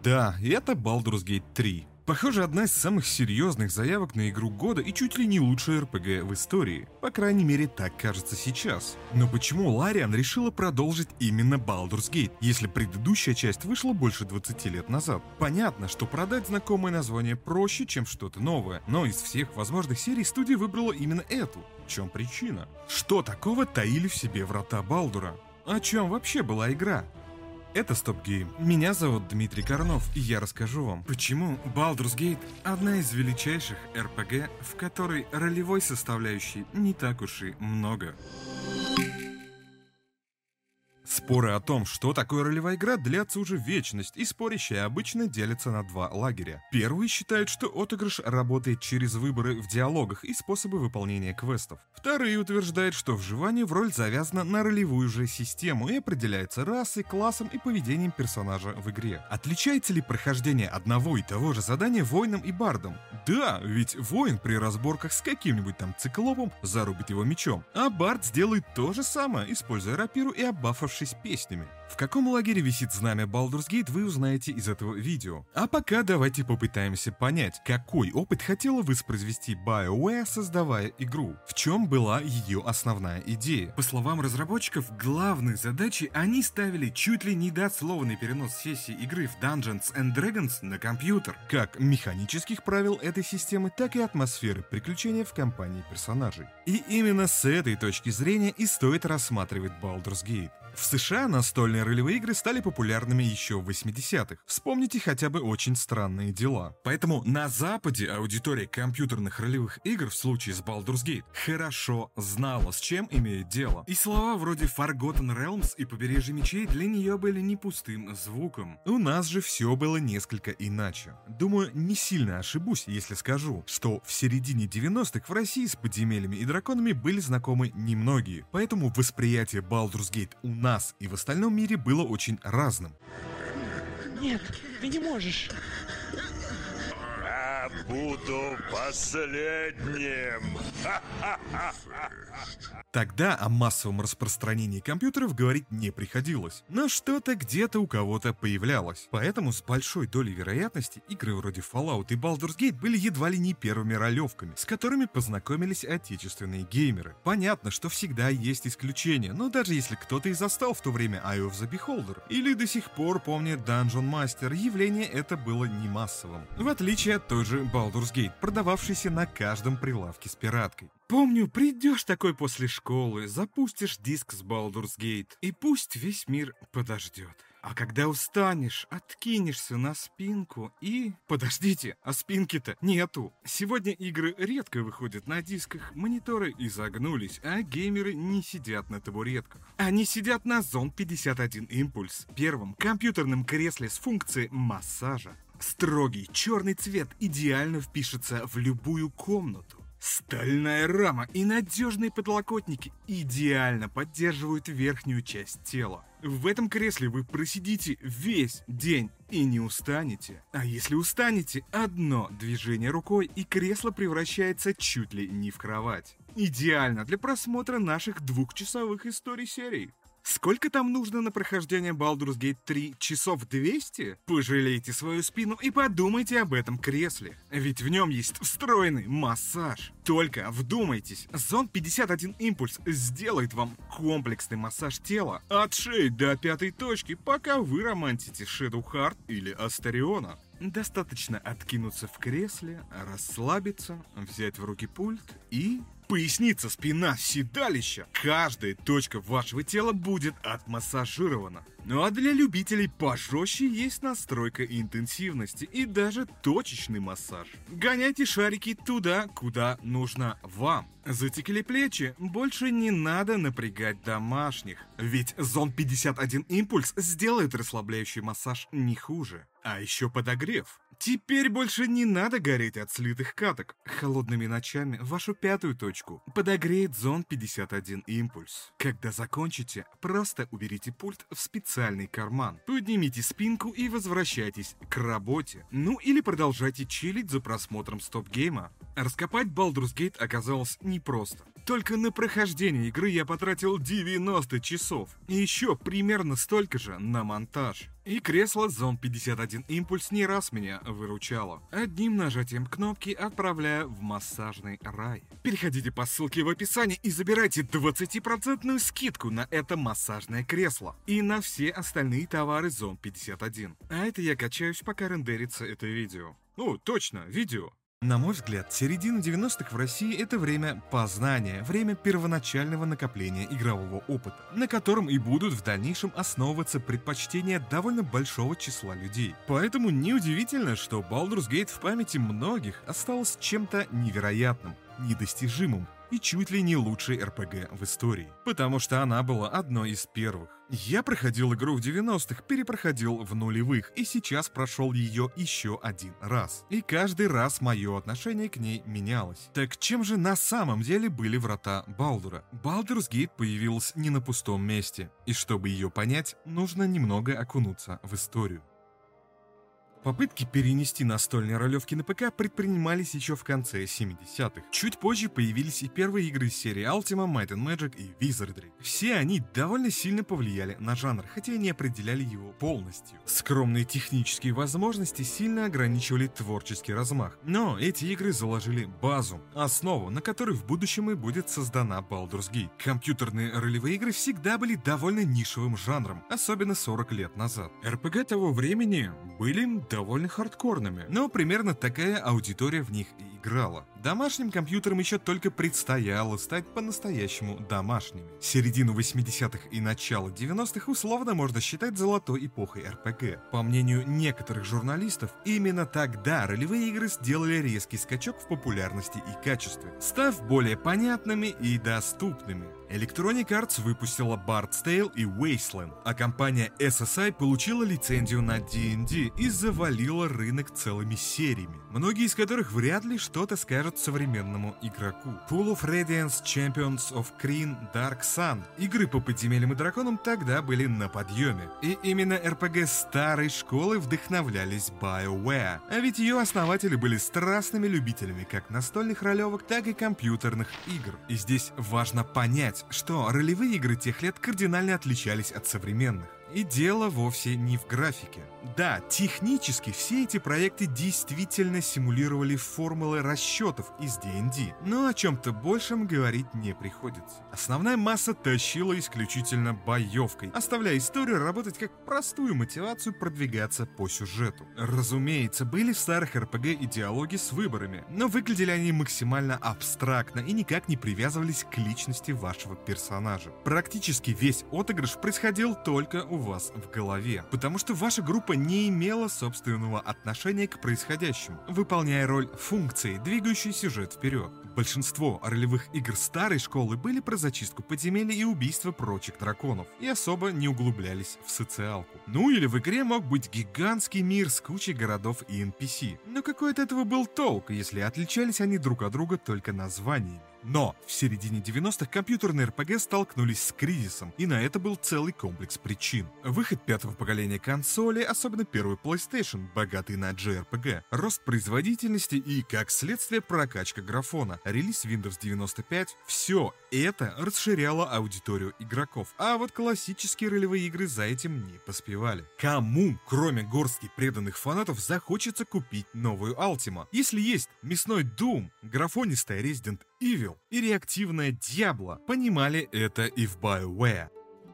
Да, и это Baldur's Gate 3. Похоже, одна из самых серьезных заявок на игру года и чуть ли не лучшая RPG в истории. По крайней мере, так кажется сейчас. Но почему Лариан решила продолжить именно Baldur's Gate, если предыдущая часть вышла больше 20 лет назад? Понятно, что продать знакомое название проще, чем что-то новое, но из всех возможных серий студия выбрала именно эту. В чем причина? Что такого таили в себе врата Балдура? О чем вообще была игра? Это Стоп Гейм. Меня зовут Дмитрий Корнов, и я расскажу вам, почему Baldur's Gate – одна из величайших RPG, в которой ролевой составляющей не так уж и много. Споры о том, что такое ролевая игра, длятся уже вечность, и спорящие обычно делятся на два лагеря. Первые считают, что отыгрыш работает через выборы в диалогах и способы выполнения квестов. Вторые утверждают, что вживание в роль завязано на ролевую же систему и определяется расой, классом и поведением персонажа в игре. Отличается ли прохождение одного и того же задания воином и бардом? Да, ведь воин при разборках с каким-нибудь там циклопом зарубит его мечом, а бард сделает то же самое, используя рапиру и оббафавшись песнями. В каком лагере висит знамя Baldur's Gate, вы узнаете из этого видео. А пока давайте попытаемся понять, какой опыт хотела воспроизвести BioWare, создавая игру. В чем была ее основная идея? По словам разработчиков, главной задачей они ставили чуть ли не дословный перенос сессии игры в Dungeons and Dragons на компьютер. Как механических правил этой системы, так и атмосферы приключения в компании персонажей. И именно с этой точки зрения и стоит рассматривать Baldur's Gate. В США настольные ролевые игры стали популярными еще в 80-х. Вспомните хотя бы «Очень странные дела». Поэтому на Западе аудитория компьютерных ролевых игр в случае с Baldur's Gate хорошо знала, с чем имеет дело. И слова вроде Forgotten Realms и Побережье мечей для нее были не пустым звуком. У нас же все было несколько иначе. Думаю, не сильно ошибусь, если скажу, что в середине 90-х в России с подземельями и драконами были знакомы немногие. Поэтому восприятие Baldur's Gate у нас и в остальном мире было очень разным. Нет, ты не можешь. Я буду последним. Тогда о массовом распространении компьютеров говорить не приходилось, но что-то где-то у кого-то появлялось. Поэтому с большой долей вероятности игры вроде Fallout и Baldur's Gate были едва ли не первыми ролевками, с которыми познакомились отечественные геймеры. Понятно, что всегда есть исключения, но даже если кто-то и застал в то время Eye of the Beholder или до сих пор помнит Dungeon Master, явление это было не массовым. В отличие от той же Baldur's Gate, продававшейся на каждом прилавке с пираткой. Помню, придешь такой после школы, запустишь диск с Baldur's Gate, и пусть весь мир подождет. А когда устанешь, откинешься на спинку и... Подождите, а спинки-то нету. Сегодня игры редко выходят на дисках, мониторы изогнулись, а геймеры не сидят на табуретках. Они сидят на Zone 51 Impulse, первом компьютерном кресле с функцией массажа. Строгий черный цвет идеально впишется в любую комнату. Стальная рама и надежные подлокотники идеально поддерживают верхнюю часть тела. В этом кресле вы просидите весь день и не устанете. А если устанете, одно движение рукой и кресло превращается чуть ли не в кровать. Идеально для просмотра наших 2-часовых историй серий. Сколько там нужно на прохождение Baldur's Gate 3? Часов 200? Пожалейте свою спину и подумайте об этом кресле. Ведь в нем есть встроенный массаж. Только вдумайтесь, Zone 51 Impulse сделает вам комплексный массаж тела от шеи до 5-й точки, пока вы романтите Shadowheart или Астариона. Достаточно откинуться в кресле, расслабиться, взять в руки пульт и... Поясница, спина, седалище. Каждая точка вашего тела будет отмассажирована. Ну а для любителей пожестче есть настройка интенсивности и даже точечный массаж. Гоняйте шарики туда, куда нужно вам. Затекли плечи? Больше не надо напрягать домашних. Ведь Zone 51 Impulse сделает расслабляющий массаж не хуже. А еще подогрев. Теперь больше не надо гореть от слитых каток. Холодными ночами вашу 5-ю точку подогреет Zone 51 Impulse. Когда закончите, просто уберите пульт в специальный карман. Поднимите спинку и возвращайтесь к работе. Ну или продолжайте чилить за просмотром стоп-гейма. Раскопать Baldur's Gate оказалось непросто. Только на прохождение игры я потратил 90 часов. И еще примерно столько же на монтаж. И кресло Zone 51 Impulse не раз меня выручало. Одним нажатием кнопки отправляя в массажный рай. Переходите по ссылке в описании и забирайте 20% скидку на это массажное кресло. И на все остальные товары Zone 51. А это я качаюсь, пока рендерится это видео. О, точно, видео. На мой взгляд, середина 90-х в России — это время познания, время первоначального накопления игрового опыта, на котором и будут в дальнейшем основываться предпочтения довольно большого числа людей. Поэтому неудивительно, что Baldur's Gate в памяти многих осталась чем-то невероятным, недостижимым и чуть ли не лучшей РПГ в истории, потому что она была одной из первых. Я проходил игру в 90-х, перепроходил в нулевых, и сейчас прошел ее еще один раз. И каждый раз мое отношение к ней менялось. Так чем же на самом деле были врата Балдура? Baldur's Gate появилась не на пустом месте, и чтобы ее понять, нужно немного окунуться в историю. Попытки перенести настольные ролевки на ПК предпринимались еще в конце 70-х. Чуть позже появились и первые игры из серии Ultima, Might and Magic и Wizardry. Все они довольно сильно повлияли на жанр, хотя и не определяли его полностью. Скромные технические возможности сильно ограничивали творческий размах, но эти игры заложили базу, основу, на которой в будущем и будет создана Baldur's Gate. Компьютерные ролевые игры всегда были довольно нишевым жанром, особенно 40 лет назад. РПГ того времени были довольно хардкорными, но примерно такая аудитория в них и играла. Домашним компьютерам еще только предстояло стать по-настоящему домашними. Середину 80-х и начало 90-х условно можно считать золотой эпохой РПГ. По мнению некоторых журналистов, именно тогда ролевые игры сделали резкий скачок в популярности и качестве, став более понятными и доступными. Electronic Arts выпустила Bard's Tale и Wasteland, а компания SSI получила лицензию на D&D и завалила рынок целыми сериями, многие из которых вряд ли что-то скажут современному игроку. Pool of Radiance, Champions of Kryn, Dark Sun. Игры по подземельям и драконам тогда были на подъеме. И именно RPG старой школы вдохновлялись BioWare. А ведь ее основатели были страстными любителями как настольных ролевок, так и компьютерных игр. И здесь важно понять, что ролевые игры тех лет кардинально отличались от современных. И дело вовсе не в графике. Да, технически все эти проекты действительно симулировали формулы расчетов из D&D, но о чем-то большем говорить не приходится. Основная масса тащила исключительно боевкой, оставляя историю работать как простую мотивацию продвигаться по сюжету. Разумеется, были в старых RPG и диалоги с выборами, но выглядели они максимально абстрактно и никак не привязывались к личности вашего персонажа. Практически весь отыгрыш происходил только у вас в голове, потому что ваша группа не имела собственного отношения к происходящему, выполняя роль функции, двигающей сюжет вперед. Большинство ролевых игр старой школы были про зачистку подземелья и убийство прочих драконов, и особо не углублялись в социалку. Ну или в игре мог быть гигантский мир с кучей городов и NPC, но какой от этого был толк, если отличались они друг от друга только названиями. Но в середине 90-х компьютерные РПГ столкнулись с кризисом, и на это был целый комплекс причин. Выход пятого поколения консолей, особенно первый PlayStation, богатый на JRPG, рост производительности и, как следствие, прокачка графона, релиз Windows 95 — все это расширяло аудиторию игроков, а вот классические ролевые игры за этим не поспевали. Кому, кроме горстки преданных фанатов, захочется купить новую Ultima, если есть мясной Doom, графонистая Resident Evil и реактивная Diablo? Понимали это и в BioWare.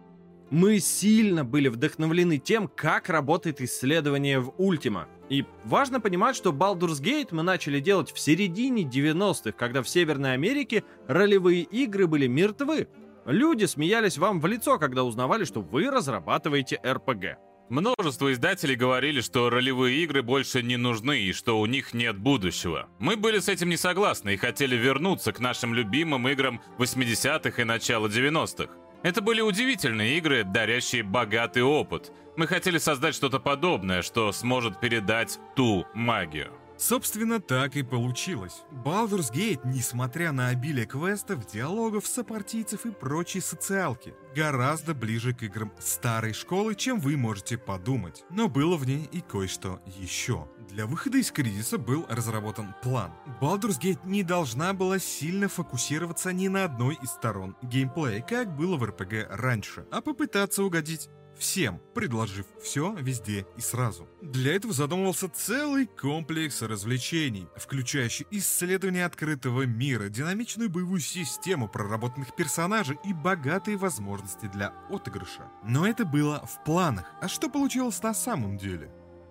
Мы сильно были вдохновлены тем, как работает исследование в Ultima. И важно понимать, что Baldur's Gate мы начали делать в середине 90-х, когда в Северной Америке ролевые игры были мертвы. Люди смеялись вам в лицо, когда узнавали, что вы разрабатываете RPG. Множество издателей говорили, что ролевые игры больше не нужны и что у них нет будущего. Мы были с этим не согласны и хотели вернуться к нашим любимым играм 80-х и начала 90-х. Это были удивительные игры, дарящие богатый опыт. Мы хотели создать что-то подобное, что сможет передать ту магию. Собственно, так и получилось. Baldur's Gate, несмотря на обилие квестов, диалогов, сопартийцев и прочей социалки, гораздо ближе к играм старой школы, чем вы можете подумать. Но было в ней и кое-что еще. Для выхода из кризиса был разработан план. Baldur's Gate не должна была сильно фокусироваться ни на одной из сторон геймплея, как было в RPG раньше, а попытаться угодить всем, предложив все везде и сразу. Для этого задумывался целый комплекс развлечений, включающий исследование открытого мира, динамичную боевую систему проработанных персонажей и богатые возможности для отыгрыша. Но это было в планах. А что получилось на самом деле?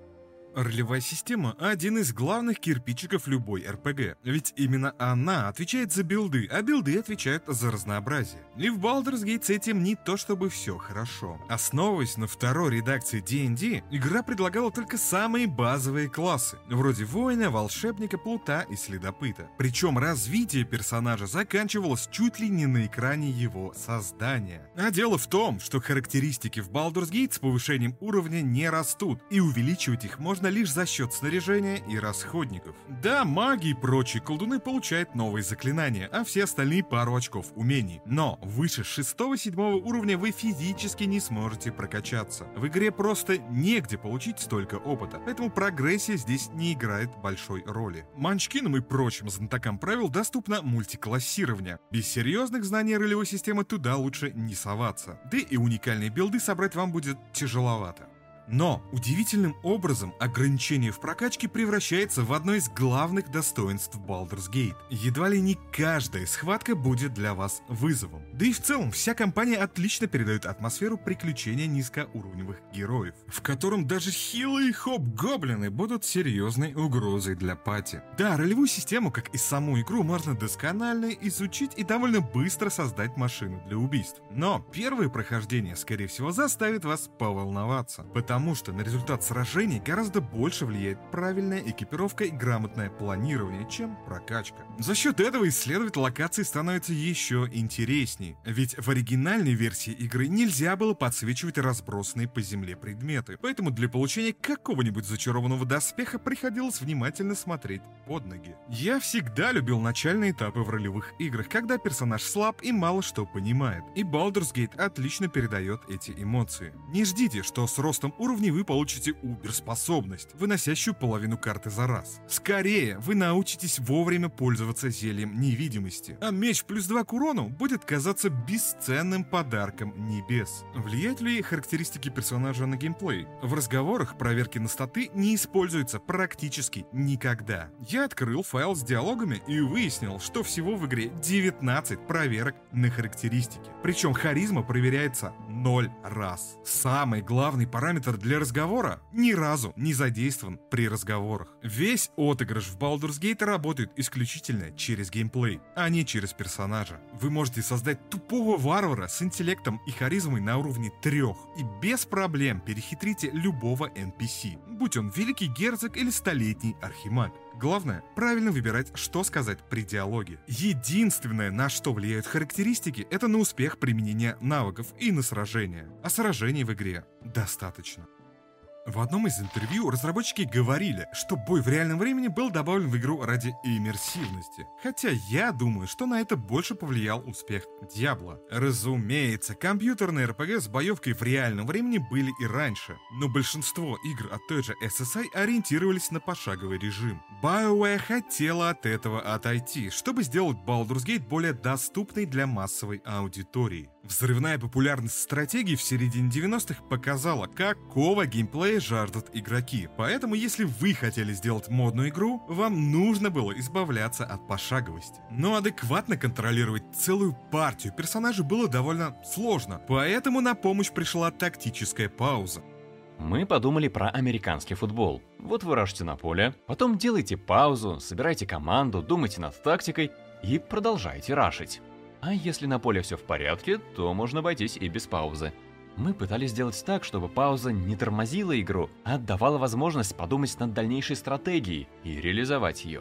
Ролевая система – один из главных кирпичиков любой РПГ, ведь именно она отвечает за билды, а билды отвечают за разнообразие. И в Baldur's Gate с этим не то чтобы все хорошо. Основываясь на второй редакции D&D, игра предлагала только самые базовые классы, вроде воина, волшебника, плута и следопыта. Причем развитие персонажа заканчивалось чуть ли не на экране его создания. А дело в том, что характеристики в Baldur's Gate с повышением уровня не растут, и увеличивать их можно лишь за счет снаряжения и расходников. Да, маги и прочие колдуны получают новые заклинания, а все остальные пару очков умений. Но выше 6-7 уровня вы физически не сможете прокачаться. В игре просто негде получить столько опыта, поэтому прогрессия здесь не играет большой роли. Манчкинам и прочим знатокам правил доступно мультиклассирование. Без серьезных знаний ролевой системы туда лучше не соваться. Да и уникальные билды собрать вам будет тяжеловато. Но удивительным образом ограничение в прокачке превращается в одно из главных достоинств Baldur's Gate. Едва ли не каждая схватка будет для вас вызовом. Да и в целом вся компания отлично передает атмосферу приключения низкоуровневых героев, в котором даже хилые хоб-гоблины будут серьезной угрозой для пати. Да, ролевую систему, как и саму игру, можно досконально изучить и довольно быстро создать машину для убийств. Но первое прохождение, скорее всего, заставит вас поволноваться, потому что на результат сражений гораздо больше влияет правильная экипировка и грамотное планирование, чем прокачка. За счет этого исследовать локации становится еще интересней, ведь в оригинальной версии игры нельзя было подсвечивать разбросанные по земле предметы, поэтому для получения какого-нибудь зачарованного доспеха приходилось внимательно смотреть под ноги. Я всегда любил начальные этапы в ролевых играх, когда персонаж слаб и мало что понимает, и Baldur's Gate отлично передает эти эмоции. Не ждите, что с ростом уровней вы получите убер-способность, выносящую половину карты за раз. Скорее, вы научитесь вовремя пользоваться зельем невидимости, а меч плюс 2 к урону будет казаться бесценным подарком небес. Влияют ли характеристики персонажа на геймплей? В разговорах проверки на статы не используются практически никогда. Я открыл файл с диалогами и выяснил, что всего в игре 19 проверок на характеристики. Причем харизма проверяется 0 раз. Самый главный параметр для разговора ни разу не задействован при разговорах. Весь отыгрыш в Baldur's Gate работает исключительно через геймплей, а не через персонажа. Вы можете создать тупого варвара с интеллектом и харизмой на уровне 3 и без проблем перехитрите любого NPC, будь он великий герцог или столетний архимаг. Главное, правильно выбирать, что сказать при диалоге. Единственное, на что влияют характеристики, это на успех применения навыков и на сражения. А сражений в игре достаточно. В одном из интервью разработчики говорили, что бой в реальном времени был добавлен в игру ради иммерсивности. Хотя я думаю, что на это больше повлиял успех Diablo. Разумеется, компьютерные RPG с боевкой в реальном времени были и раньше, но большинство игр от той же SSI ориентировались на пошаговый режим. BioWare хотела от этого отойти, чтобы сделать Baldur's Gate более доступной для массовой аудитории. Взрывная популярность стратегий в середине 90-х показала, какого геймплея жаждут игроки. Поэтому, если вы хотели сделать модную игру, вам нужно было избавляться от пошаговости. Но адекватно контролировать целую партию персонажей было довольно сложно, поэтому на помощь пришла тактическая пауза. Мы подумали про американский футбол. Вот вы рашите на поле, потом делайте паузу, собирайте команду, думайте над тактикой и продолжайте рашить. А если на поле все в порядке, то можно обойтись и без паузы. Мы пытались сделать так, чтобы пауза не тормозила игру, а давала возможность подумать над дальнейшей стратегией и реализовать ее.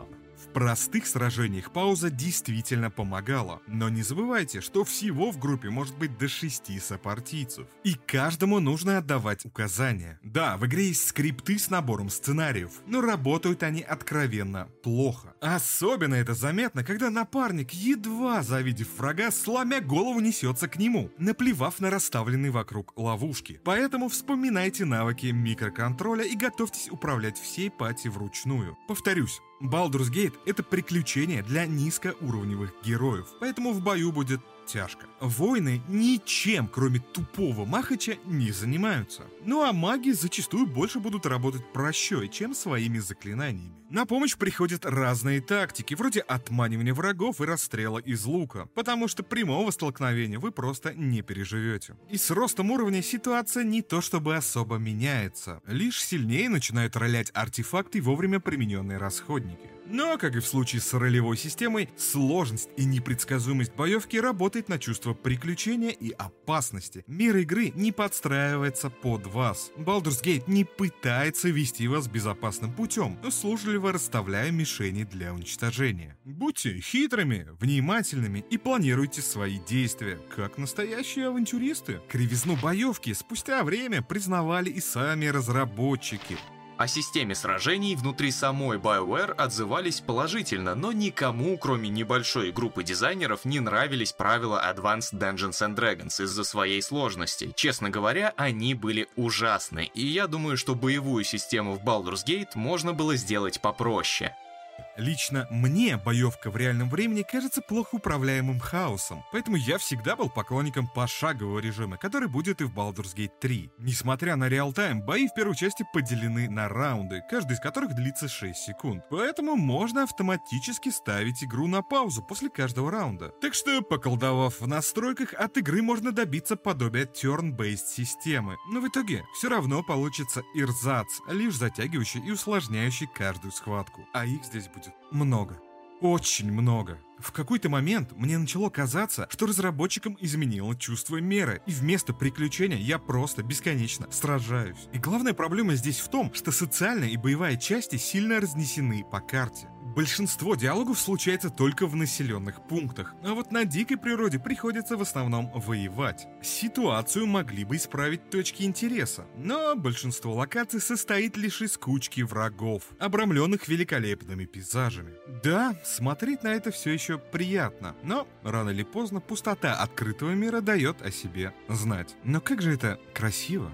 В простых сражениях пауза действительно помогала, но не забывайте, что всего в группе может быть до 6 сопартийцев, и каждому нужно отдавать указания. Да, в игре есть скрипты с набором сценариев, но работают они откровенно плохо. Особенно это заметно, когда напарник, едва завидев врага, сломя голову несется к нему, наплевав на расставленные вокруг ловушки. Поэтому вспоминайте навыки микроконтроля и готовьтесь управлять всей пати вручную. Повторюсь, Baldur's Gate — это приключение для низкоуровневых героев, поэтому в бою будет тяжко. Воины ничем, кроме тупого махача, не занимаются. Ну а маги зачастую больше будут работать прощой, чем своими заклинаниями. На помощь приходят разные тактики, вроде отманивания врагов и расстрела из лука, потому что прямого столкновения вы просто не переживете. И с ростом уровня ситуация не то чтобы особо меняется, лишь сильнее начинают ролять артефакты и вовремя примененные расходники. Но, как и в случае с ролевой системой, сложность и непредсказуемость боевки работает на чувство приключения и опасности. Мир игры не подстраивается под вас. Baldur's Gate не пытается вести вас безопасным путем, услужливо расставляя мишени для уничтожения. Будьте хитрыми, внимательными и планируйте свои действия, как настоящие авантюристы. Кривизну боевки спустя время признавали и сами разработчики. О системе сражений внутри самой BioWare отзывались положительно, но никому, кроме небольшой группы дизайнеров, не нравились правила Advanced Dungeons and Dragons из-за своей сложности. Честно говоря, они были ужасны, и я думаю, что боевую систему в Baldur's Gate можно было сделать попроще. Лично мне боевка в реальном времени кажется плохо управляемым хаосом, поэтому я всегда был поклонником пошагового режима, который будет и в Baldur's Gate 3. Несмотря на реал-тайм, бои в первой части поделены на раунды, каждый из которых длится 6 секунд, поэтому можно автоматически ставить игру на паузу после каждого раунда. Так что, поколдовав в настройках, от игры можно добиться подобия turn-based системы, но в итоге все равно получится ирзац, лишь затягивающий и усложняющий каждую схватку, а их здесь будет много. Очень много. В какой-то момент мне начало казаться, что разработчикам изменило чувство меры, и вместо приключения я просто бесконечно сражаюсь. И главная проблема здесь в том, что социальная и боевая части сильно разнесены по карте. Большинство диалогов случается только в населенных пунктах, а вот на дикой природе приходится в основном воевать. Ситуацию могли бы исправить точки интереса, но большинство локаций состоит лишь из кучки врагов, обрамленных великолепными пейзажами. Да, смотреть на это все еще приятно, но рано или поздно пустота открытого мира дает о себе знать. Но как же это красиво!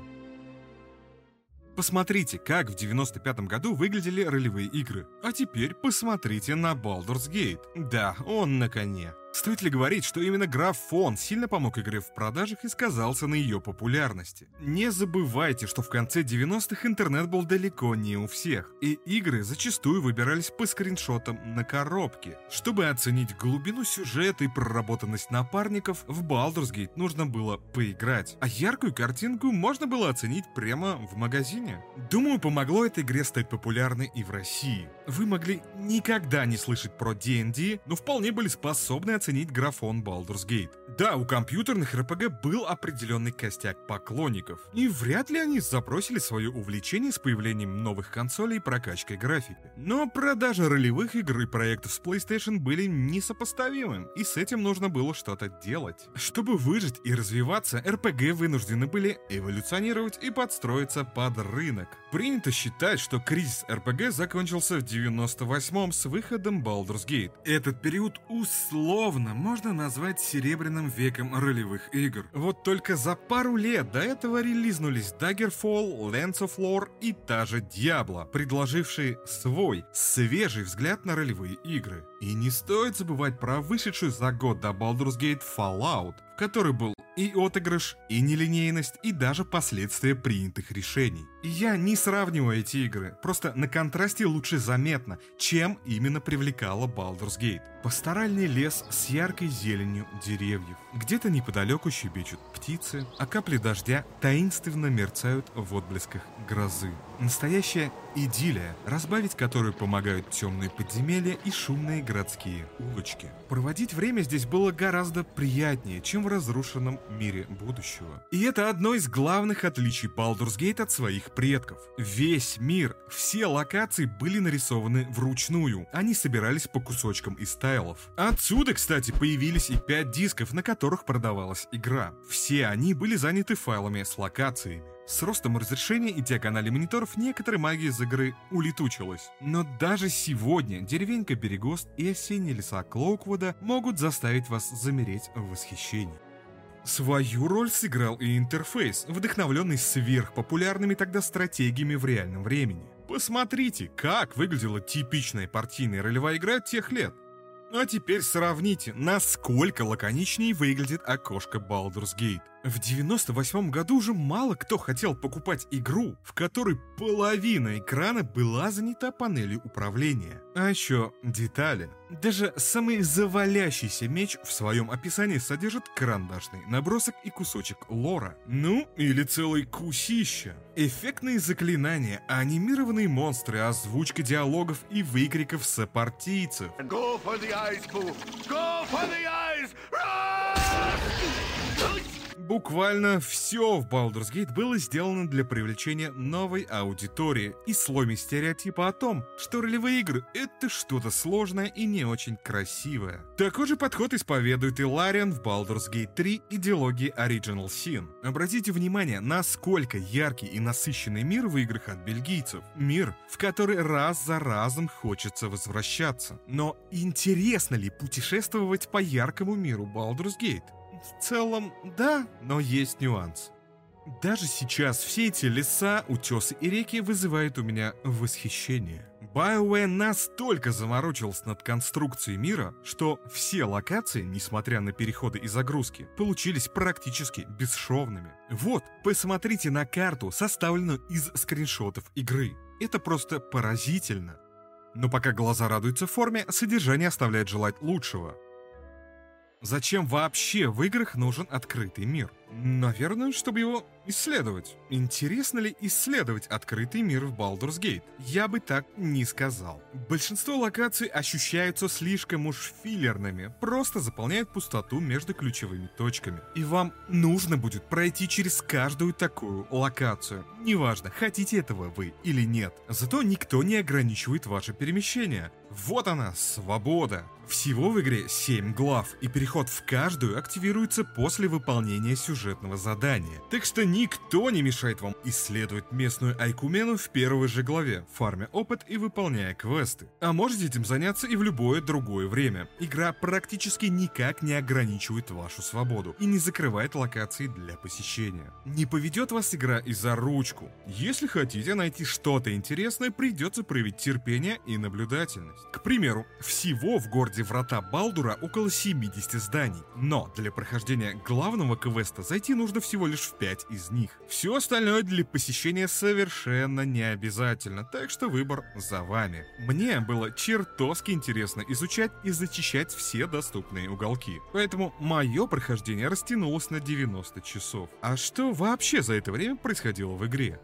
Посмотрите, как в 95-м году выглядели ролевые игры. А теперь посмотрите на Baldur's Gate. Да, он на коне. Стоит ли говорить, что именно графон сильно помог игре в продажах и сказался на ее популярности? Не забывайте, что в конце 90-х интернет был далеко не у всех, и игры зачастую выбирались по скриншотам на коробке. Чтобы оценить глубину сюжета и проработанность напарников, в Baldur's Gate нужно было поиграть, а яркую картинку можно было оценить прямо в магазине. Думаю, помогло этой игре стать популярной и в России. Вы могли никогда не слышать про D&D, но вполне были способны оценить графон Baldur's Gate. Да, у компьютерных RPG был определенный костяк поклонников, и вряд ли они забросили свое увлечение с появлением новых консолей и прокачкой графики. Но продажи ролевых игр и проектов с PlayStation были несопоставимы, и с этим нужно было что-то делать. Чтобы выжить и развиваться, RPG вынуждены были эволюционировать и подстроиться под рынок. Принято считать, что кризис RPG закончился в 98-м с выходом Baldur's Gate. Этот период условно можно назвать серебряным веком ролевых игр. Вот только за пару лет до этого релизнулись Daggerfall, Lands of Lore и та же Diablo, предложившие свой, свежий взгляд на ролевые игры. И не стоит забывать про вышедшую за год до Baldur's Gate Fallout, в которой был и отыгрыш, и нелинейность, и даже последствия принятых решений. И я не сравниваю эти игры, просто на контрасте лучше заметно, чем именно привлекала Baldur's Gate. Пасторальный лес с яркой зеленью деревьев. Где-то неподалеку щебечут птицы, а капли дождя таинственно мерцают в отблесках грозы. Настоящая идиллия, разбавить которую помогают темные подземелья и шумные городские улочки. Проводить время здесь было гораздо приятнее, чем в разрушенном мире будущего. И это одно из главных отличий Baldur's Gate от своих предков. Весь мир, все локации были нарисованы вручную. Они собирались по кусочкам из тайлов. Отсюда, кстати, появились и 5 дисков, на которых продавалась игра. Все они были заняты файлами с локациями. С ростом разрешения и диагонали мониторов некоторая магия из игры улетучилась. Но даже сегодня деревенька Берегост и осенние леса Клоуквуда могут заставить вас замереть в восхищении. Свою роль сыграл и интерфейс, вдохновленный сверхпопулярными тогда стратегиями в реальном времени. Посмотрите, как выглядела типичная партийная ролевая игра тех лет. А теперь сравните, насколько лаконичнее выглядит окошко Baldur's Gate. В 98 году уже мало кто хотел покупать игру, в которой половина экрана была занята панелью управления. А еще детали. Даже самый завалящийся меч в своем описании содержит карандашный набросок и кусочек лора. Ну, или целый кусища. Эффектные заклинания, анимированные монстры, озвучка диалогов и выкриков сопартийцев. Go for the eyes, Boo! Go for the eyes! Run! Буквально все в Baldur's Gate было сделано для привлечения новой аудитории и сломе стереотипа о том, что ролевые игры — это что-то сложное и не очень красивое. Такой же подход исповедует и Лариан в Baldur's Gate 3 идеологии Original Sin. Обратите внимание, насколько яркий и насыщенный мир в играх от бельгийцев. Мир, в который раз за разом хочется возвращаться. Но интересно ли путешествовать по яркому миру Baldur's Gate? В целом, да, но есть нюанс. Даже сейчас все эти леса, утесы и реки вызывают у меня восхищение. BioWare настолько заморочился над конструкцией мира, что все локации, несмотря на переходы и загрузки, получились практически бесшовными. Вот, посмотрите на карту, составленную из скриншотов игры. Это просто поразительно. Но пока глаза радуются форме, содержание оставляет желать лучшего. Зачем вообще в играх нужен открытый мир? Наверное, чтобы его исследовать. Интересно ли исследовать открытый мир в Baldur's Gate? Я бы так не сказал. Большинство локаций ощущаются слишком уж филлерными, просто заполняют пустоту между ключевыми точками. И вам нужно будет пройти через каждую такую локацию. Неважно, хотите этого вы или нет. Зато никто не ограничивает ваше перемещение. Вот она, свобода. Всего в игре 7 глав, и переход в каждую активируется после выполнения сюжетного задания. Так что никто не мешает вам исследовать местную Айкумену в первой же главе, фармя опыт и выполняя квесты. А можете этим заняться и в любое другое время. Игра практически никак не ограничивает вашу свободу и не закрывает локации для посещения. Не поведет вас игра и за ручку. Если хотите найти что-то интересное, придется проявить терпение и наблюдательность. К примеру, всего в городе Врата Балдура около 70 зданий, но для прохождения главного квеста зайти нужно всего лишь в 5 из них. Все остальное для посещения совершенно не обязательно, так что выбор за вами. Мне было чертовски интересно изучать и зачищать все доступные уголки, поэтому мое прохождение растянулось на 90 часов. А что вообще за это время происходило в игре?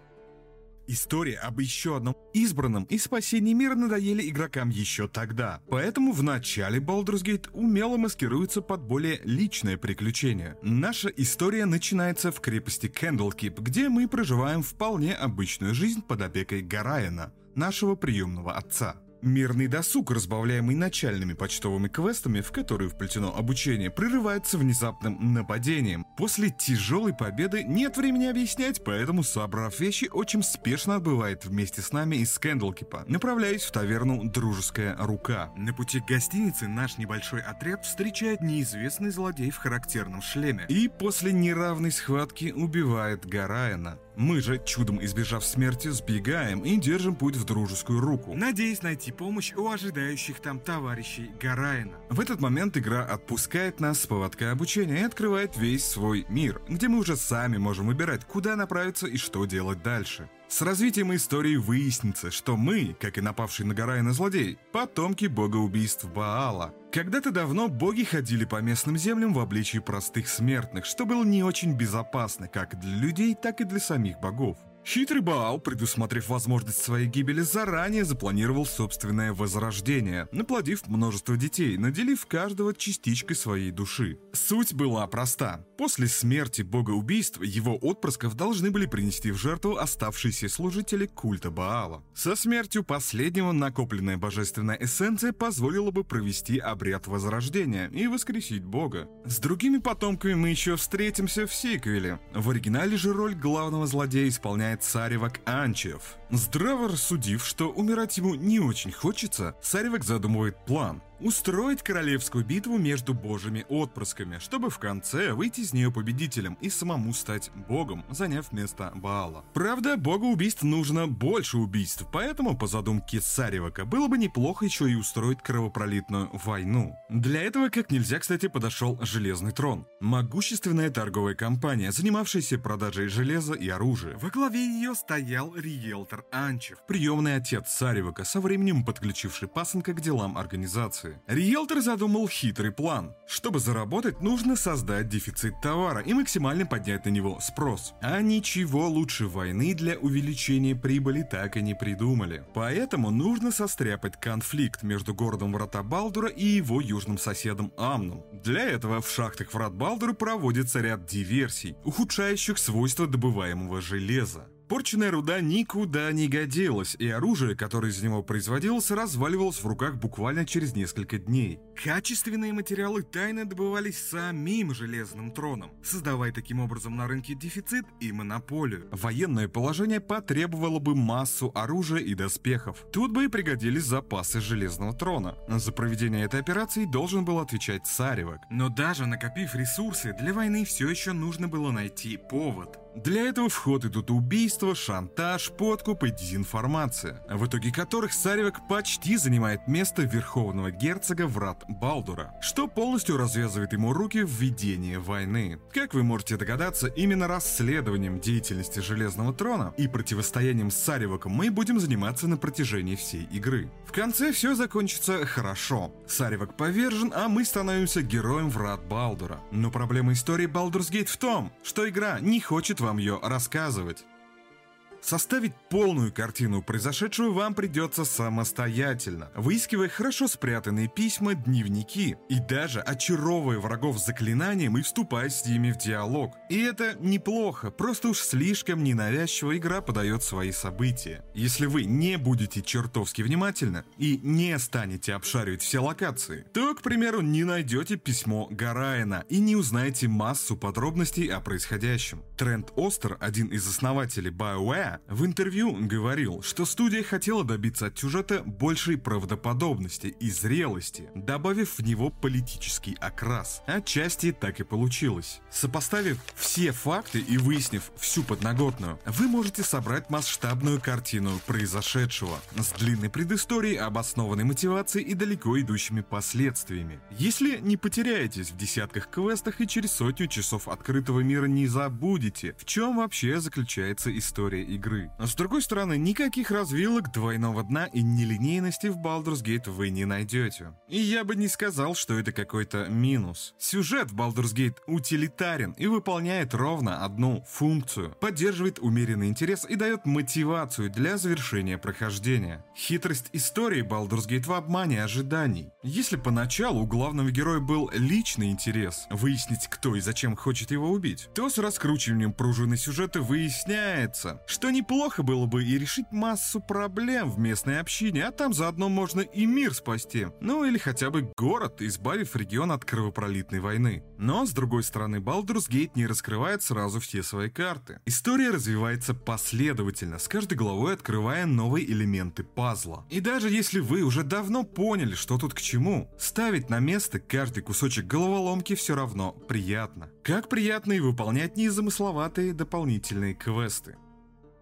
История об еще одном избранном и спасении мира надоели игрокам еще тогда, поэтому в начале Baldur's Gate умело маскируется под более личное приключение. Наша история начинается в крепости Кэндлкип, где мы проживаем вполне обычную жизнь под опекой Гарайена, нашего приемного отца. Мирный досуг, разбавляемый начальными почтовыми квестами, в которые вплетено обучение, прерывается внезапным нападением. После тяжелой победы нет времени объяснять, поэтому, собрав вещи, отчим спешно отбывает вместе с нами из Кэндлкипа, направляясь в таверну «Дружеская рука». На пути к гостинице наш небольшой отряд встречает неизвестный злодей в характерном шлеме и после неравной схватки убивает Гарайена. Мы же, чудом избежав смерти, сбегаем и держим путь в Дружескую руку, надеясь найти помощь у ожидающих там товарищей Гарайена. В этот момент игра отпускает нас с поводка обучения и открывает весь свой мир, где мы уже сами можем выбирать, куда направиться и что делать дальше. С развитием истории выяснится, что мы, как и напавший на Гарайена злодей, потомки бога убийств Баала. Когда-то давно боги ходили по местным землям в обличии простых смертных, что было не очень безопасно как для людей, так и для самих богов. Хитрый Баал, предусмотрев возможность своей гибели, заранее запланировал собственное возрождение, наплодив множество детей, наделив каждого частичкой своей души. Суть была проста. После смерти бога убийств его отпрысков должны были принести в жертву оставшиеся служители культа Баала. Со смертью последнего накопленная божественная эссенция позволила бы провести обряд возрождения и воскресить бога. С другими потомками мы еще встретимся в сиквеле. В оригинале же роль главного злодея исполняет Саривак Анчиев. Здраво рассудив, что умирать ему не очень хочется, Саривак задумывает план – устроить королевскую битву между божьими отпрысками, чтобы в конце выйти из нее победителем и самому стать богом, заняв место Баала. Правда, богу убийств нужно больше убийств, поэтому, по задумке Саривака, было бы неплохо еще и устроить кровопролитную войну. Для этого как нельзя, кстати, подошел Железный Трон. Могущественная торговая компания, занимавшаяся продажей железа и оружия. Во главе ее стоял риэлтор Анчев, приемный отец Саривака, со временем подключивший пасынка к делам организации. Риэлтор задумал хитрый план. Чтобы заработать, нужно создать дефицит товара и максимально поднять на него спрос. А ничего лучше войны для увеличения прибыли так и не придумали. Поэтому нужно состряпать конфликт между городом Врата Балдура и его южным соседом Амном. Для этого в шахтах Врат Балдура проводится ряд диверсий, ухудшающих свойства добываемого железа. Порченная руда никуда не годилась, и оружие, которое из него производилось, разваливалось в руках буквально через несколько дней. Качественные материалы тайно добывались самим Железным Троном, создавая таким образом на рынке дефицит и монополию. Военное положение потребовало бы массу оружия и доспехов. Тут бы и пригодились запасы Железного Трона. За проведение этой операции должен был отвечать Саривак. Но даже накопив ресурсы, для войны все еще нужно было найти повод. Для этого в ход идут убийства, шантаж, подкуп и дезинформация, в итоге которых Саривак почти занимает место верховного герцога Врат Балдура, что полностью развязывает ему руки в ведении войны. Как вы можете догадаться, именно расследованием деятельности Железного Трона и противостоянием с Сариваком мы будем заниматься на протяжении всей игры. В конце все закончится хорошо. Саривак повержен, а мы становимся героем Врат Балдура. Но проблема истории Baldur's Gate в том, что игра не хочет вам ее рассказывать. Составить полную картину произошедшего вам придется самостоятельно, выискивая хорошо спрятанные письма, дневники и даже очаровывая врагов заклинанием и вступая с ними в диалог. И это неплохо, просто уж слишком ненавязчиво игра подает свои события. Если вы не будете чертовски внимательны и не станете обшаривать все локации, то, к примеру, не найдете письмо Гарайена и не узнаете массу подробностей о происходящем. Трент Остер, один из основателей BioWare, в интервью говорил, что студия хотела добиться от сюжета большей правдоподобности и зрелости, добавив в него политический окрас. Отчасти так и получилось. Сопоставив все факты и выяснив всю подноготную, вы можете собрать масштабную картину произошедшего с длинной предысторией, обоснованной мотивацией и далеко идущими последствиями. Если не потеряетесь в десятках квестах и через сотню часов открытого мира не забудете, в чем вообще заключается история игры. Но с другой стороны, никаких развилок, двойного дна и нелинейности в Baldur's Gate вы не найдете. И я бы не сказал, что это какой-то минус. Сюжет в Baldur's Gate утилитарен и выполняет ровно одну функцию. Поддерживает умеренный интерес и дает мотивацию для завершения прохождения. Хитрость истории Baldur's Gate в обмане ожиданий. Если поначалу у главного героя был личный интерес выяснить, кто и зачем хочет его убить, то с раскручиванием пружины сюжета выясняется, что неплохо было бы и решить массу проблем в местной общине, а там заодно можно и мир спасти. Ну или хотя бы город, избавив регион от кровопролитной войны. Но, с другой стороны, Baldur's Gate не раскрывает сразу все свои карты. История развивается последовательно, с каждой главой открывая новые элементы пазла. И даже если вы уже давно поняли, что тут к чему, ставить на место каждый кусочек головоломки все равно приятно. Как приятно и выполнять незамысловатые дополнительные квесты.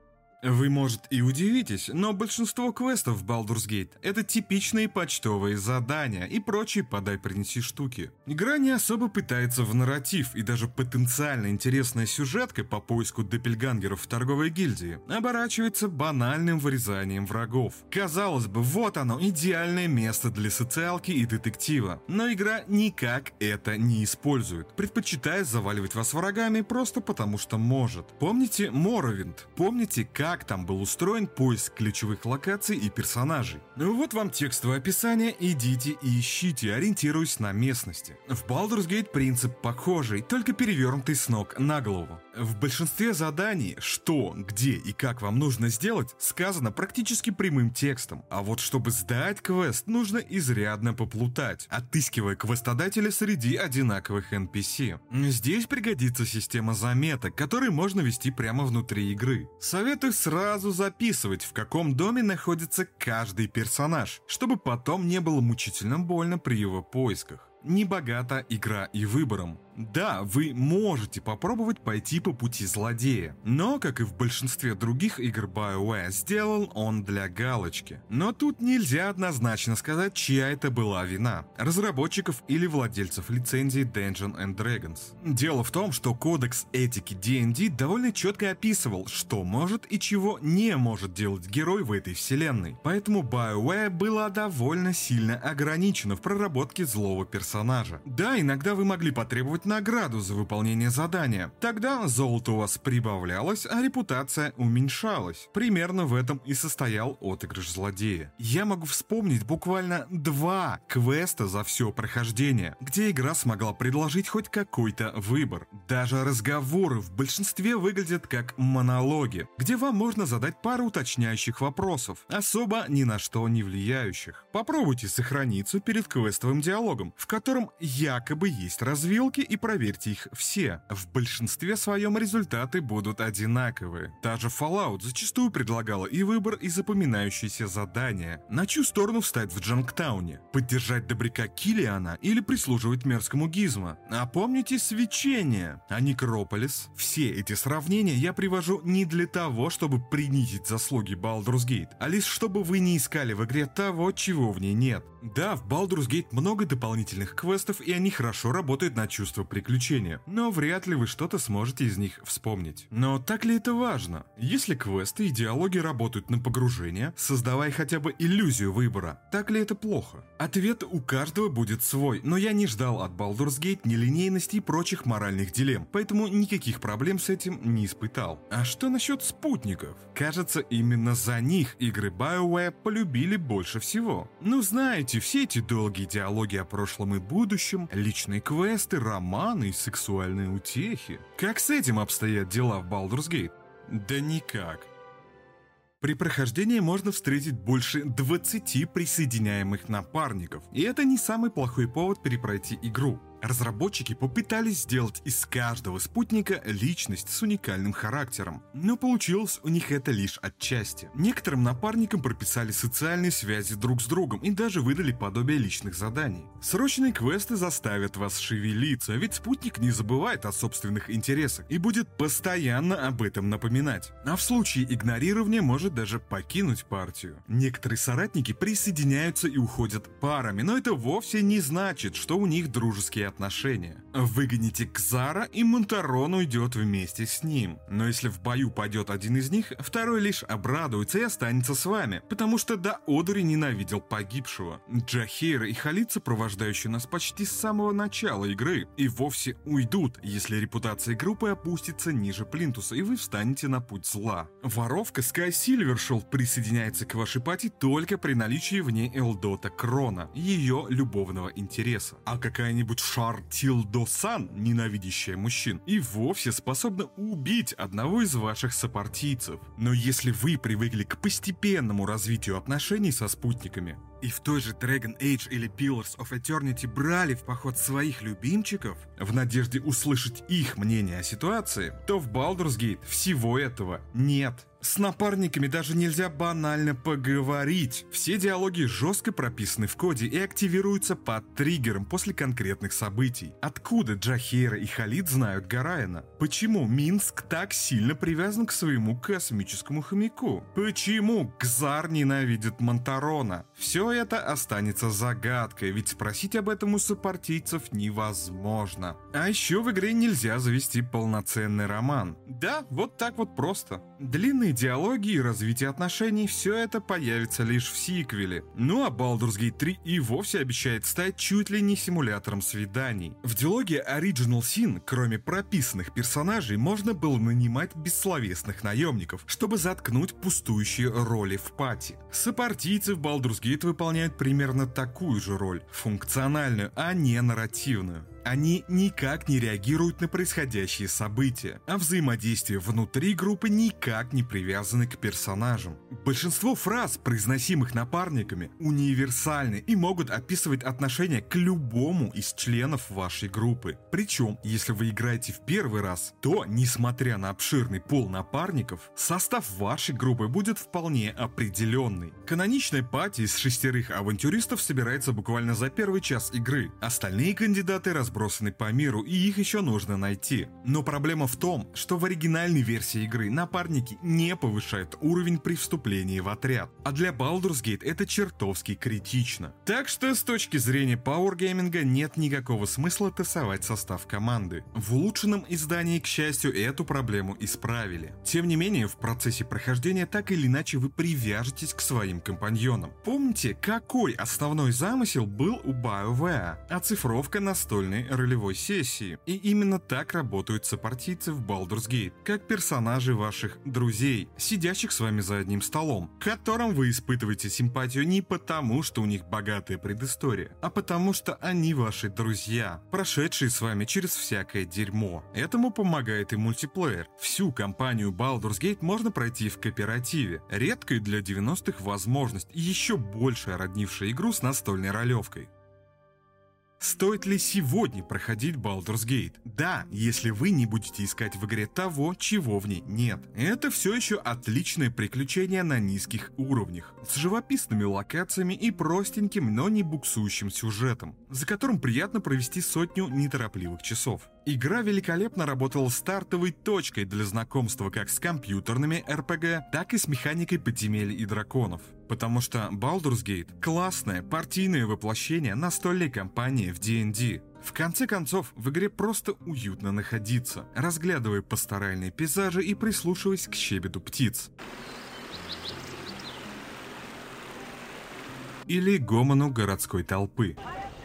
Вы, может, и удивитесь, но большинство квестов в Baldur's Gate — это типичные почтовые задания и прочие подай-принеси штуки. Игра не особо пытается в нарратив, и даже потенциально интересная сюжетка по поиску доппельгангеров в торговой гильдии оборачивается банальным вырезанием врагов. Казалось бы, вот оно, идеальное место для социалки и детектива, но игра никак это не использует, предпочитая заваливать вас врагами просто потому что может. Помните Morrowind? Помните, как там был устроен поиск ключевых локаций и персонажей? Ну вот вам текстовое описание, идите и ищите, ориентируясь на местности. В Baldur's Gate принцип похожий, только перевернутый с ног на голову. В большинстве заданий, что, где и как вам нужно сделать, сказано практически прямым текстом. А вот чтобы сдать квест, нужно изрядно поплутать, отыскивая квестодателя среди одинаковых NPC. Здесь пригодится система заметок, которые можно вести прямо внутри игры. Советую сразу записывать, в каком доме находится каждый персонаж, чтобы потом не было мучительно больно при его поисках. Небогата игра и выбором. Да, вы можете попробовать пойти по пути злодея, но, как и в большинстве других игр BioWare, сделан он для галочки. Но тут нельзя однозначно сказать, чья это была вина – разработчиков или владельцев лицензии Dungeons and Dragons. Дело в том, что кодекс этики D&D довольно четко описывал, что может и чего не может делать герой в этой вселенной, поэтому BioWare была довольно сильно ограничена в проработке злого персонажа. Да, иногда вы могли потребовать награду за выполнение задания. Тогда золото у вас прибавлялось, а репутация уменьшалась. Примерно в этом и состоял отыгрыш злодея. Я могу вспомнить буквально 2 квеста за все прохождение, где игра смогла предложить хоть какой-то выбор. Даже разговоры в большинстве выглядят как монологи, где вам можно задать пару уточняющих вопросов, особо ни на что не влияющих. Попробуйте сохраниться перед квестовым диалогом, в котором якобы есть развилки, и проверьте их все. В большинстве своем результаты будут одинаковые. Та же Fallout зачастую предлагала и выбор, и запоминающиеся задания. На чью сторону встать в Джанктауне? Поддержать добряка Киллиана или прислуживать мерзкому Гизмо? А помните свечение? А Некрополис? Все эти сравнения я привожу не для того, чтобы принизить заслуги Baldur's Gate, а лишь чтобы вы не искали в игре того, чего в ней нет. Да, в Baldur's Gate много дополнительных квестов, и они хорошо работают на чувство приключения, но вряд ли вы что-то сможете из них вспомнить. Но так ли это важно? Если квесты и диалоги работают на погружение, создавая хотя бы иллюзию выбора, так ли это плохо? Ответ у каждого будет свой, но я не ждал от Baldur's Gate нелинейности и прочих моральных дилемм, поэтому никаких проблем с этим не испытал. А что насчет спутников? Кажется, именно за них игры BioWare полюбили больше всего. Ну знаете, все эти долгие диалоги о прошлом и будущем, личные квесты, романы и сексуальные утехи. Как с этим обстоят дела в Baldur's Gate? Да никак. При прохождении можно встретить больше 20 присоединяемых напарников, и это не самый плохой повод перепройти игру. Разработчики попытались сделать из каждого спутника личность с уникальным характером, но получилось у них это лишь отчасти. Некоторым напарникам прописали социальные связи друг с другом и даже выдали подобие личных заданий. Срочные квесты заставят вас шевелиться, ведь спутник не забывает о собственных интересах и будет постоянно об этом напоминать. А в случае игнорирования может даже покинуть партию. Некоторые соратники присоединяются и уходят парами, но это вовсе не значит, что у них дружеские отношения. Выгоните Кзара, и Монтарон уйдет вместе с ним. Но если в бою пойдет один из них, второй лишь обрадуется и останется с вами, потому что до одури ненавидел погибшего. Джахейра и Халид, сопровождающие нас почти с самого начала игры, и вовсе уйдут, если репутация группы опустится ниже плинтуса, и вы встанете на путь зла. Воровка Скай Сильвершол присоединяется к вашей пати только при наличии в ней Элдота Крона, ее любовного интереса. А какая-нибудь Шар-Тилдо-сан, ненавидящая мужчин, и вовсе способна убить одного из ваших сопартийцев. Но если вы привыкли к постепенному развитию отношений со спутниками, и в той же Dragon Age или Pillars of Eternity брали в поход своих любимчиков, в надежде услышать их мнение о ситуации, то в Baldur's Gate всего этого нет. С напарниками даже нельзя банально поговорить. Все диалоги жестко прописаны в коде и активируются под триггером после конкретных событий. Откуда Джахейра и Халид знают Гарайна? Почему Минск так сильно привязан к своему космическому хомяку? Почему Кзар ненавидит Монтарона? Все это останется загадкой, ведь спросить об этом у сопартийцев невозможно. А еще в игре нельзя завести полноценный роман. Да, вот так вот просто. Длинные диалоги и развитие отношений — все это появится лишь в сиквеле. Ну а Baldur's Gate 3 и вовсе обещает стать чуть ли не симулятором свиданий. В дилогии Original Sin, кроме прописанных персонажей, можно было нанимать бессловесных наемников, чтобы заткнуть пустующие роли в пати. Сопартийцы в Baldur's Gate выполняют примерно такую же роль, функциональную, а не нарративную. Они никак не реагируют на происходящие события, а взаимодействие внутри группы никак не привязаны к персонажам. Большинство фраз, произносимых напарниками, универсальны и могут описывать отношение к любому из членов вашей группы. Причем, если вы играете в первый раз, то, несмотря на обширный пул напарников, состав вашей группы будет вполне определенный. Каноничная пати из 6 авантюристов собирается буквально за первый час игры. Остальные кандидаты разбросаны по миру, и их еще нужно найти. Но проблема в том, что в оригинальной версии игры напарники не повышают уровень при вступлении в отряд. А для Baldur's Gate это чертовски критично. Так что с точки зрения пауэргейминга нет никакого смысла тасовать состав команды. В улучшенном издании, к счастью, эту проблему исправили. Тем не менее, в процессе прохождения так или иначе вы привяжетесь к своим компаньонам. Помните, какой основной замысел был у BioWare? Оцифровка настольной ролевой сессии. И именно так работают сопартийцы в Baldur's Gate, как персонажи ваших друзей, сидящих с вами за одним столом, к которым вы испытываете симпатию не потому, что у них богатая предыстория, а потому что они ваши друзья, прошедшие с вами через всякое дерьмо. Этому помогает и мультиплеер. Всю кампанию Baldur's Gate можно пройти в кооперативе, редкая для 90-х возможность и еще больше роднившая игру с настольной ролевкой. Стоит ли сегодня проходить Baldur's Gate? Да, если вы не будете искать в игре того, чего в ней нет. Это все еще отличное приключение на низких уровнях, с живописными локациями и простеньким, но не буксующим сюжетом, за которым приятно провести сотню неторопливых часов. Игра великолепно работала стартовой точкой для знакомства как с компьютерными RPG, так и с механикой подземелий и драконов. Потому что Baldur's Gate — классное партийное воплощение настольной кампании в D&D. В конце концов, в игре просто уютно находиться, разглядывая пасторальные пейзажи и прислушиваясь к щебету птиц. Или гомону городской толпы.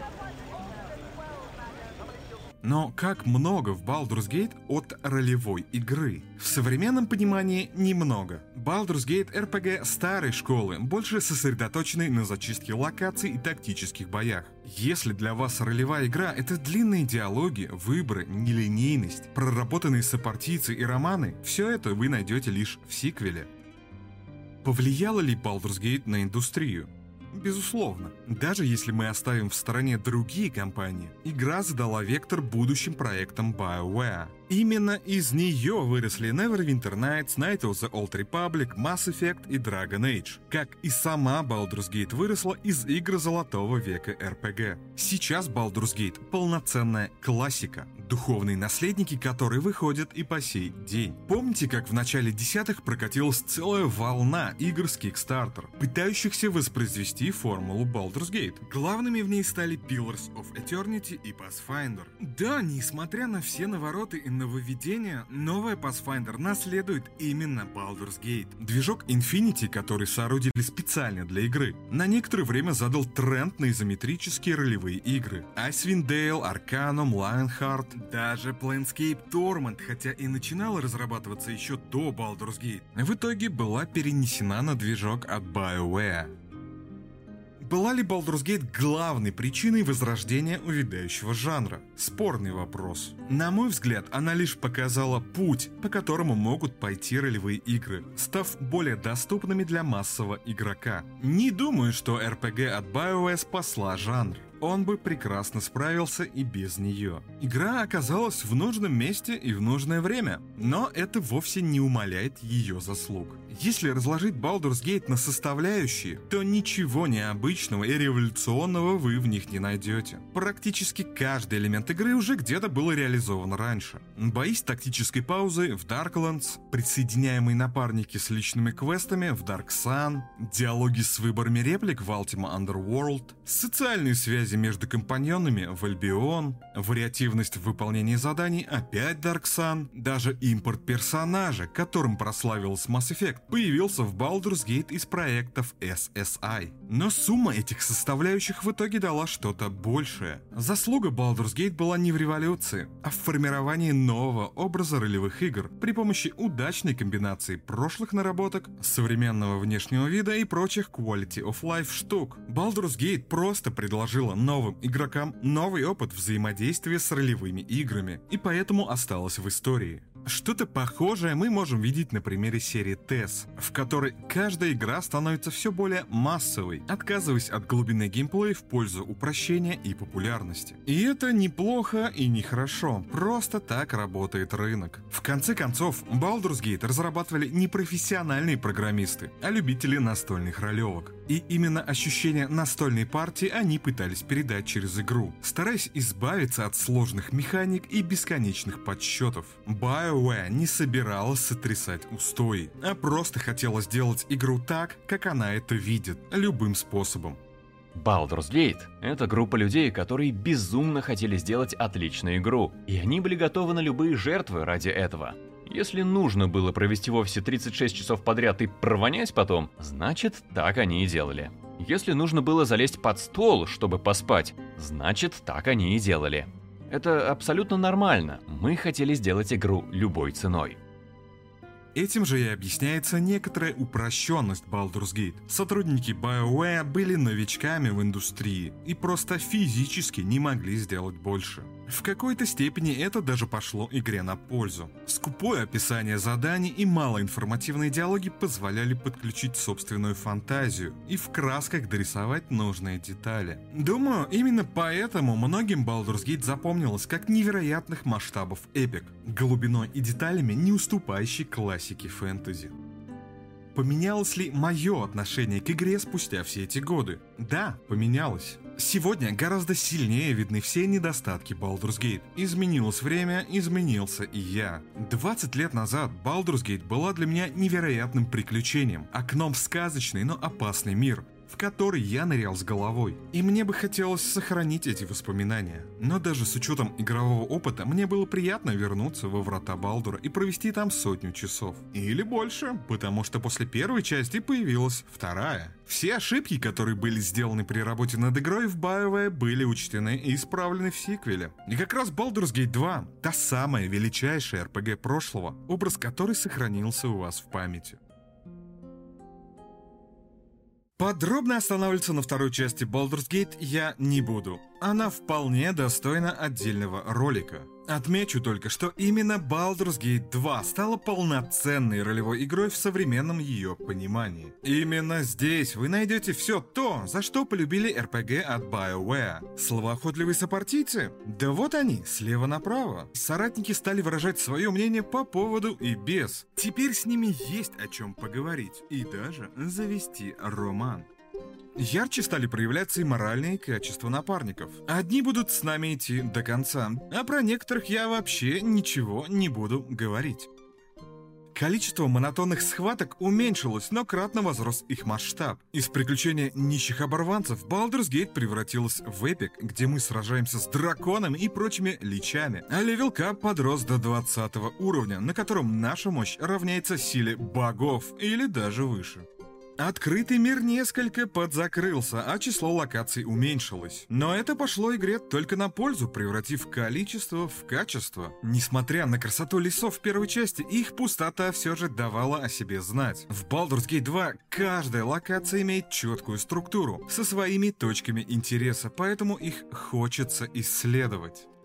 Но как много в Baldur's Gate от ролевой игры? В современном понимании немного. Baldur's Gate RPG старой школы, больше сосредоточенной на зачистке локаций и тактических боях. Если для вас ролевая игра — это длинные диалоги, выборы, нелинейность, проработанные сопартийцы и романы, все это вы найдете лишь в сиквеле. Повлияла ли Baldur's Gate на индустрию? Безусловно. Даже если мы оставим в стороне другие компании, игра задала вектор будущим проектам BioWare. Именно из нее выросли Neverwinter Nights, Night of the Old Republic, Mass Effect и Dragon Age. Как и сама Baldur's Gate выросла из игр Золотого века RPG. Сейчас Baldur's Gate — полноценная классика, духовные наследники которой выходят и по сей день. Помните, как в начале десятых прокатилась целая волна игр с Kickstarter, пытающихся воспроизвести формулу Baldur's Gate? Главными в ней стали Pillars of Eternity и Pathfinder. Да, несмотря на все навороты и нововведения, новая Pathfinder наследует именно Baldur's Gate. Движок Infinity, который соорудили специально для игры, на некоторое время задал тренд на изометрические ролевые игры. Icewind Dale, Arcanum, Lionheart, даже Planescape Torment, хотя и начинала разрабатываться еще до Baldur's Gate, в итоге была перенесена на движок от BioWare. Была ли Baldur's Gate главной причиной возрождения увядающего жанра? Спорный вопрос. На мой взгляд, она лишь показала путь, по которому могут пойти ролевые игры, став более доступными для массового игрока. Не думаю, что RPG от BioWare спасла жанр. он бы прекрасно справился и без нее. Игра оказалась в нужном месте и в нужное время, но это вовсе не умаляет ее заслуг. Если разложить Baldur's Gate на составляющие, то ничего необычного и революционного вы в них не найдете. Практически каждый элемент игры уже где-то был реализован раньше. Бои с тактической паузой в Darklands, присоединяемые напарники с личными квестами в Dark Sun, диалоги с выборами реплик в Ultima Underworld, социальные связи между компаньонами в Albion, вариативность в выполнении заданий опять Dark Sun, даже импорт персонажа, которым прославился Mass Effect, появился в Baldur's Gate из проектов SSI. Но сумма этих составляющих в итоге дала что-то большее. Заслуга Baldur's Gate была не в революции, а в формировании нового образа ролевых игр при помощи удачной комбинации прошлых наработок, современного внешнего вида и прочих quality of life штук. Baldur's Gate просто предложила новым игрокам новый опыт взаимодействия с ролевыми играми, и поэтому осталась в истории. Что-то похожее мы можем видеть на примере серии TES, в которой каждая игра становится все более массовой, отказываясь от глубины геймплея в пользу упрощения и популярности. И это неплохо и не хорошо, просто так работает рынок. В конце концов, Baldur's Gate разрабатывали не профессиональные программисты, а любители настольных ролевок. И именно ощущение настольной партии они пытались передать через игру, стараясь избавиться от сложных механик и бесконечных подсчетов. BioWare не собиралась сотрясать устои, а просто хотела сделать игру так, как она это видит, любым способом. Baldur's Gate — это группа людей, которые безумно хотели сделать отличную игру, и они были готовы на любые жертвы ради этого. Если нужно было провести в офисе 36 часов подряд и провонять потом, значит, так они и делали. Если нужно было залезть под стол, чтобы поспать, значит, так они и делали. Это абсолютно нормально. Мы хотели сделать игру любой ценой. Этим же и объясняется некоторая упрощенность Baldur's Gate. Сотрудники BioWare были новичками в индустрии и просто физически не могли сделать больше. В какой-то степени это даже пошло игре на пользу. Скупое описание заданий и малоинформативные диалоги позволяли подключить собственную фантазию и в красках дорисовать нужные детали. Думаю, именно поэтому многим Baldur's Gate запомнилось как невероятных масштабов эпик, глубиной и деталями не уступающий классике фэнтези. Поменялось ли мое отношение к игре спустя все эти годы? Да, поменялось. Сегодня гораздо сильнее видны все недостатки Baldur's Gate. Изменилось время, изменился и я. 20 лет назад Baldur's Gate была для меня невероятным приключением, окном в сказочный, но опасный мир, в который я нырял с головой. И мне бы хотелось сохранить эти воспоминания. Но даже с учетом игрового опыта, мне было приятно вернуться во врата Балдура и провести там 100 часов. Или больше, потому что после первой части появилась вторая. Все ошибки, которые были сделаны при работе над игрой в BioWare, были учтены и исправлены в сиквеле. И как раз Baldur's Gate 2, та самая величайшая RPG прошлого, образ которой сохранился у вас в памяти. Подробно останавливаться на второй части Baldur's Gate я не буду. Она вполне достойна отдельного ролика. Отмечу только, что именно Baldur's Gate 2 стала полноценной ролевой игрой в современном ее понимании. Именно здесь вы найдете все то, за что полюбили RPG от BioWare. Словоохотливые сопартийцы? Да вот они, слева направо. Соратники стали выражать свое мнение по поводу и без. Теперь с ними есть о чем поговорить и даже завести роман. Ярче стали проявляться и моральные качества напарников. Одни будут с нами идти до конца, а про некоторых я вообще ничего не буду говорить. Количество монотонных схваток уменьшилось, но кратно возрос их масштаб. Из приключения нищих оборванцев Baldur's Gate превратилась в эпик, где мы сражаемся с драконами и прочими личами, а левелкап подрос до 20 уровня, на котором наша мощь равняется силе богов или даже выше. Открытый мир несколько подзакрылся, а число локаций уменьшилось. Но это пошло игре только на пользу, превратив количество в качество. Несмотря на красоту лесов в первой части, их пустота все же давала о себе знать. В Baldur's Gate 2 каждая локация имеет четкую структуру, со своими точками интереса, поэтому их хочется исследовать.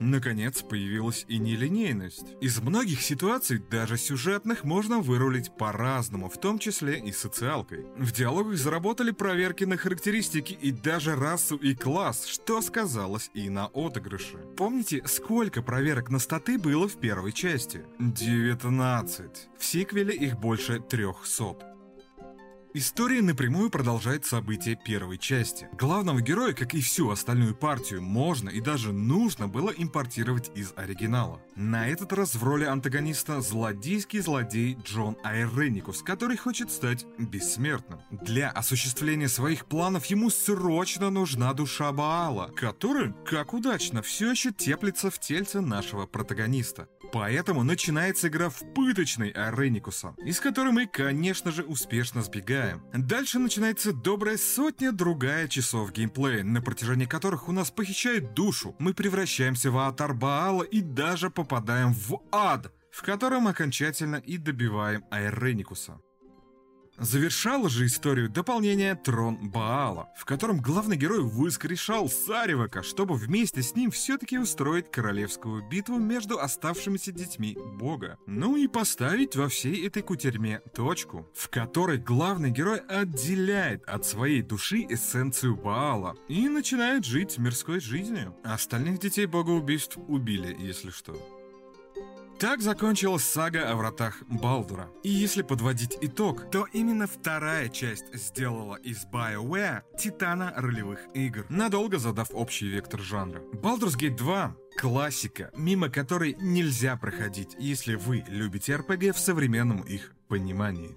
Наконец появилась и нелинейность. Из многих ситуаций, даже сюжетных, можно вырулить по-разному, в том числе и социалкой. В диалогах заработали проверки на характеристики и даже расу и класс, что сказалось и на отыгрыше. Помните, сколько проверок на статы было в первой части? 19. В сиквеле их больше 300. История напрямую продолжает события первой части. Главного героя, как и всю остальную партию, можно и даже нужно было импортировать из оригинала. На этот раз в роли антагониста злодейский злодей Джон Айреникус, который хочет стать бессмертным. Для осуществления своих планов ему срочно нужна душа Баала, которая, как удачно, все еще теплится в тельце нашего протагониста. Поэтому начинается игра в пыточный Айреникуса, из которой мы, конечно же, успешно сбегаем. Дальше начинается добрая сотня-другая часов геймплея, на протяжении которых у нас похищают душу, мы превращаемся в аватар Баала и даже попадаем в ад, в котором окончательно и добиваем Айреникуса. Завершало же историю дополнение «Трон Баала», в котором главный герой воскрешал Саревака, чтобы вместе с ним все-таки устроить королевскую битву между оставшимися детьми бога. Ну и поставить во всей этой кутерьме точку, в которой главный герой отделяет от своей души эссенцию Баала и начинает жить мирской жизнью. Остальных детей богоубийств убили, если что. Так закончилась сага о вратах Балдура. И если подводить итог, то именно вторая часть сделала из BioWare титана ролевых игр, надолго задав общий вектор жанра. Baldur's Gate 2 — классика, мимо которой нельзя проходить, если вы любите RPG в современном их понимании.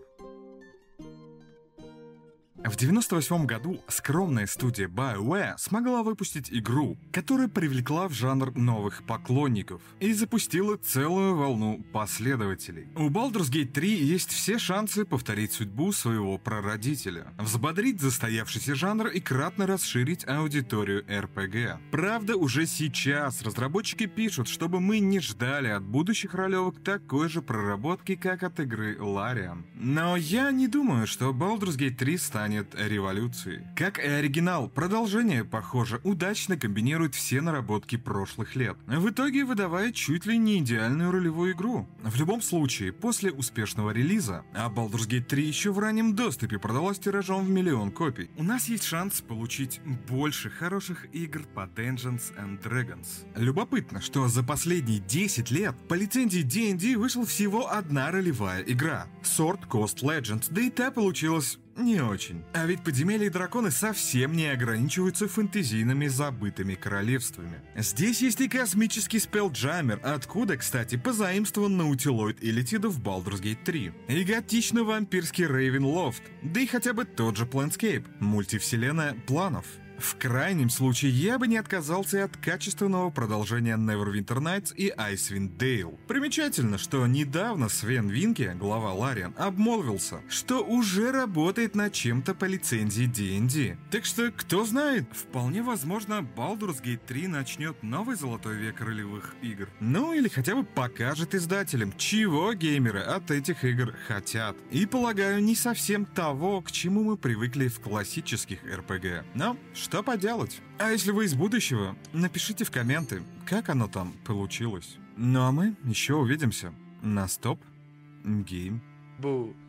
В 1998 году скромная студия BioWare смогла выпустить игру, которая привлекла в жанр новых поклонников и запустила целую волну последователей. У Baldur's Gate 3 есть все шансы повторить судьбу своего прародителя, взбодрить застоявшийся жанр и кратно расширить аудиторию RPG. Правда, уже сейчас разработчики пишут, чтобы мы не ждали от будущих ролевок такой же проработки, как от игры Larian. Но я не думаю, что Baldur's Gate 3 станет революцией. Как и оригинал, продолжение, похоже, удачно комбинирует все наработки прошлых лет, в итоге выдавая чуть ли не идеальную ролевую игру. В любом случае, после успешного релиза, а Baldur's Gate 3 еще в раннем доступе продалась тиражом в 1 миллион копий, у нас есть шанс получить больше хороших игр по Dungeons and Dragons. Любопытно, что за последние 10 лет по лицензии D&D вышла всего одна ролевая игра — Sword Coast Legends, да и та получилась не очень. А ведь подземелья и драконы совсем не ограничиваются фэнтезийными забытыми королевствами. Здесь есть и космический Spelljammer, откуда, кстати, позаимствован наутилоид Элитида в Baldur's Gate 3. И готично-вампирский Ravenloft, да и хотя бы тот же Planescape, мультивселенная планов. В крайнем случае, я бы не отказался и от качественного продолжения Neverwinter Nights и Icewind Dale. Примечательно, что недавно Свен Винке, глава Larian, обмолвился, что уже работает над чем-то по лицензии D&D. Так что, кто знает, вполне возможно, Baldur's Gate 3 начнет новый золотой век ролевых игр. Ну или хотя бы покажет издателям, чего геймеры от этих игр хотят. И, полагаю, не совсем того, к чему мы привыкли в классических RPG. Но что поделать? А если вы из будущего, напишите в комменты, как оно там получилось. Ну а мы еще увидимся на Стоп Гейм. Бу.